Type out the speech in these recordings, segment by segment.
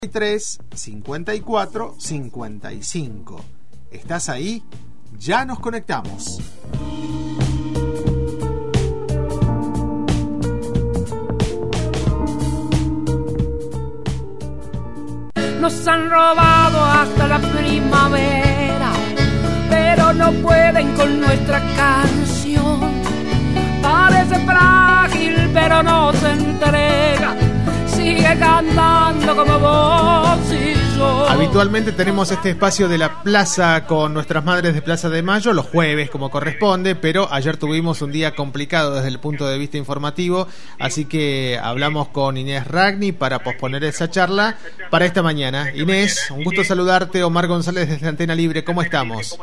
3 54 55. ¿Estás ahí? Ya nos conectamos. Nos han robado hasta la primavera, pero no pueden con nuestra canción. Parece frágil, pero no se entrega. Sigue cantando como vos y yo. Habitualmente tenemos este espacio de la plaza con nuestras madres de Plaza de Mayo los jueves como corresponde, pero ayer tuvimos un día complicado desde el punto de vista informativo, así que hablamos con Inés Ragni para posponer esa charla para esta mañana. Inés, un gusto saludarte. Omar González desde Antena Libre, ¿cómo estamos?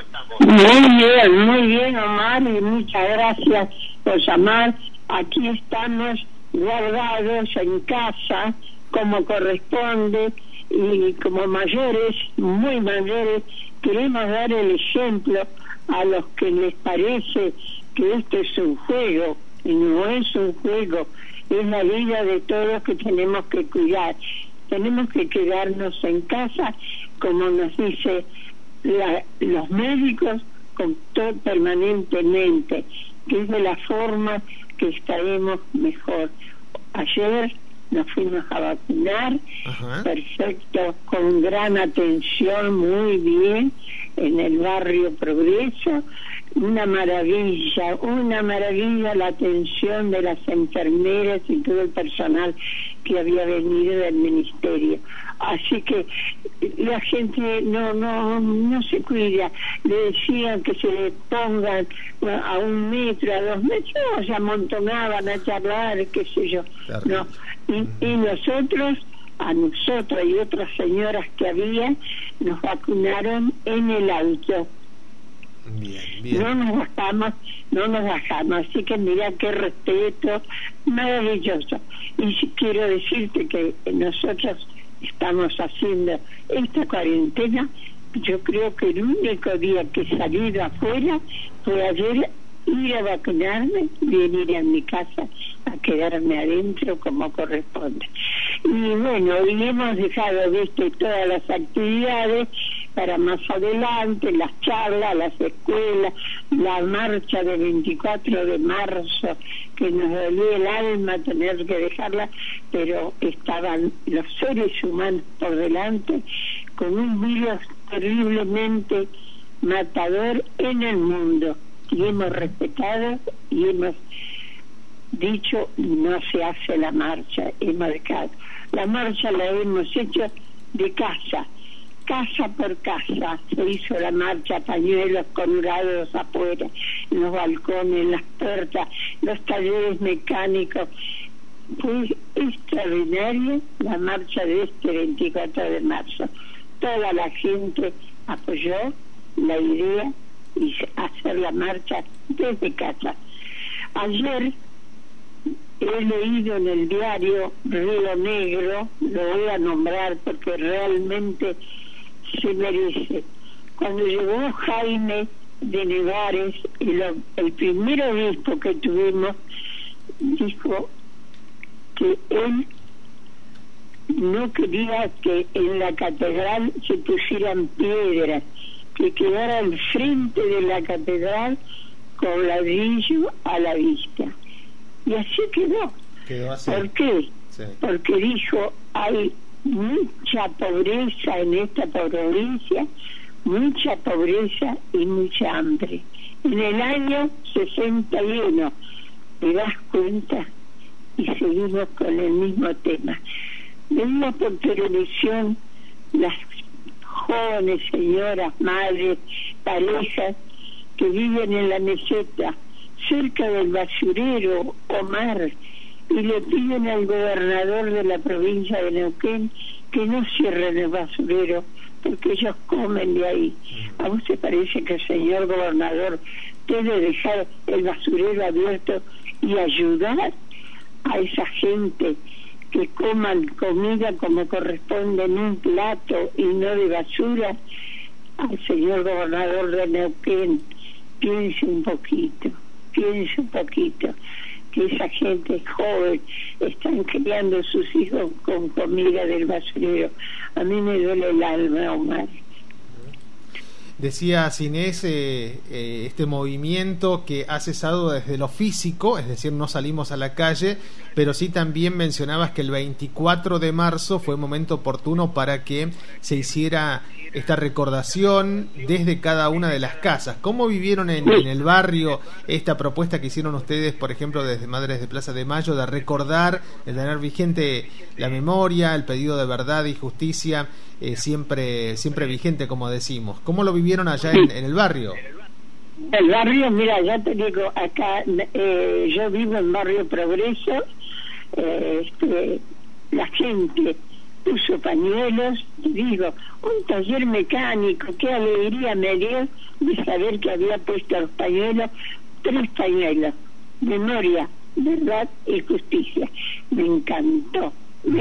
Muy bien, Omar, y muchas gracias por llamar. Aquí estamos guardados en casa como corresponde, y como mayores, muy mayores, queremos dar el ejemplo a los que les parece que esto es un juego, y no es un juego, es la vida de todos que tenemos que cuidar. Tenemos que quedarnos en casa, como nos dice los médicos, permanentemente, que es de la forma que estaremos mejor. Ayer nos fuimos a vacunar. Ajá. Perfecto, con gran atención, muy bien, en el barrio Progreso. Una maravilla la atención de las enfermeras y todo el personal que había venido del ministerio. Así que la gente no se cuida. Le decían que se le pongan a 1 metro, a 2 metros, se amontonaban a charlar, qué sé yo. No. Y nosotros y otras señoras que había, nos vacunaron en el auto. Bien. No nos bajamos, así que mira qué respeto, maravilloso. Y quiero decirte que nosotros estamos haciendo esta cuarentena. Yo creo que el único día que he salido afuera fue ayer, ir a vacunarme, venir a mi casa a quedarme adentro como corresponde. Y bueno, y hemos dejado todas las actividades para más adelante, las charlas, las escuelas, la marcha del 24 de marzo, que nos dolía el alma tener que dejarla, pero estaban los seres humanos por delante, con un virus terriblemente matador en el mundo. Y hemos respetado y hemos dicho, no se hace la marcha, hemos dejado. La marcha la hemos hecho de casa por casa. Se hizo la marcha, pañuelos colgados afuera, en los balcones, en las puertas, los talleres mecánicos. Fue extraordinario la marcha de este 24 de marzo. Toda la gente apoyó la idea y hacer la marcha desde casa. Ayer he leído en el diario Río Negro, lo voy a nombrar porque realmente se merece. Cuando llegó Jaime de Nevares, el primer obispo que tuvimos, dijo que él no quería que en la catedral se pusieran piedras, que quedara al frente de la catedral con ladrillo a la vista. Y así quedó así. ¿Por qué? Sí. Porque dijo, hay mucha pobreza en esta provincia, mucha pobreza y mucha hambre. En el año 61, te das cuenta, y seguimos con el mismo tema. Venimos por televisión las jóvenes señoras, madres, parejas que viven en la meseta, cerca del basurero, Omar, y le piden al gobernador de la provincia de Neuquén que no cierren el basurero, porque ellos comen de ahí. ¿A vos te parece que el señor gobernador debe dejar el basurero abierto y ayudar a esa gente que coman comida como corresponde en un plato y no de basura? Al señor gobernador de Neuquén, piense un poquito. que esa gente joven están criando sus hijos con comida del basurero. A mí me duele el alma, Omar. Decías, Inés, este movimiento que ha cesado desde lo físico, es decir, no salimos a la calle, pero sí también mencionabas que el 24 de marzo fue un momento oportuno para que se hiciera esta recordación desde cada una de las casas. ¿Cómo vivieron en el barrio esta propuesta que hicieron ustedes, por ejemplo, desde Madres de Plaza de Mayo, de recordar, de tener vigente la memoria, el pedido de verdad y justicia, siempre vigente, como decimos? ¿Cómo lo vivieron allá en el barrio? El barrio, mira, ya te digo, acá yo vivo en Barrio Progreso, la gente puso pañuelos, y digo, un taller mecánico, qué alegría me dio de saber que había puesto los pañuelos, 3 pañuelos, memoria, verdad y justicia. Me encantó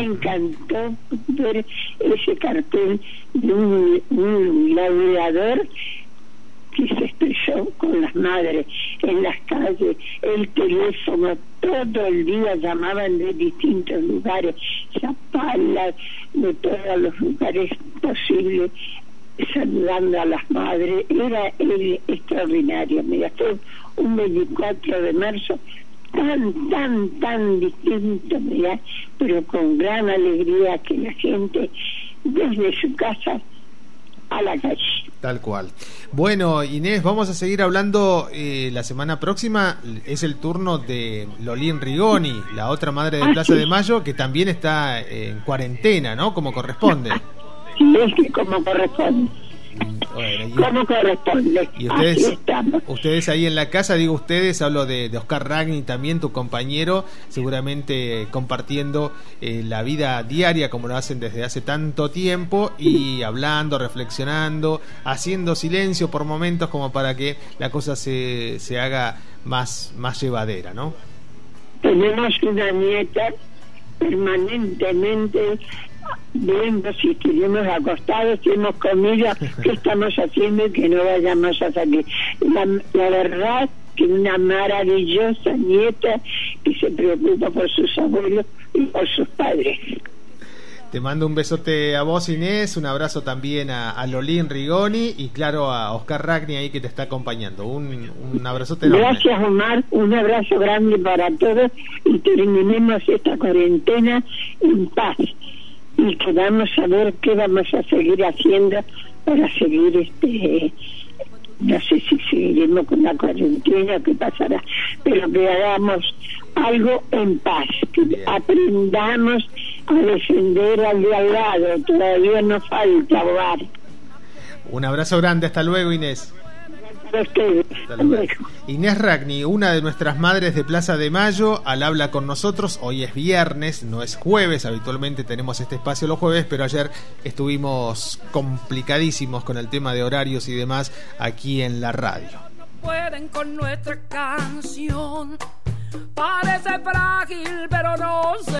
ver ese cartel de un laureador que se expresó con las madres en las calles, el teléfono, todo el día llamaban de distintos lugares, Zapala, de todos los lugares posibles, saludando a las madres. Era extraordinario. Mira, fue un 24 de marzo tan distinto, mira, pero con gran alegría que la gente desde su casa a la calle. Tal cual. Bueno, Inés, vamos a seguir hablando la semana próxima. Es el turno de Lolín Rigoni, la otra madre de Plaza de Mayo, que también está en cuarentena, ¿no? Como corresponde. Sí, es que como corresponde. Bueno, como corresponde. Y ustedes ahí en la casa, digo ustedes, hablo de Oscar Ragni también, tu compañero, seguramente compartiendo la vida diaria como lo hacen desde hace tanto tiempo, y hablando, reflexionando, haciendo silencio por momentos como para que la cosa se haga más llevadera, ¿no? Tenemos una nieta permanentemente viendo si estuvimos acostados, si hemos comido, qué estamos haciendo y que no vayamos a salir. La verdad que una maravillosa nieta que se preocupa por sus abuelos y por sus padres. Te mando un besote a vos, Inés, un abrazo también a Lolín Rigoni y claro a Oscar Ragni ahí que te está acompañando. Un abrazote enorme. Gracias, Omar, un abrazo grande para todos y terminemos esta cuarentena en paz. Y que vamos a ver qué vamos a seguir haciendo para seguir no sé si seguiremos con la cuarentena, qué pasará, pero que hagamos algo en paz, que aprendamos a defender al de al lado. Todavía nos falta, Omar. Un abrazo grande, hasta luego, Inés. Hasta luego. Inés Ragni, una de nuestras madres de Plaza de Mayo, al habla con nosotros. Hoy es viernes, no es jueves, habitualmente tenemos este espacio los jueves, pero ayer estuvimos complicadísimos con el tema de horarios y demás aquí en la radio. No pueden con nuestra canción, parece frágil pero no se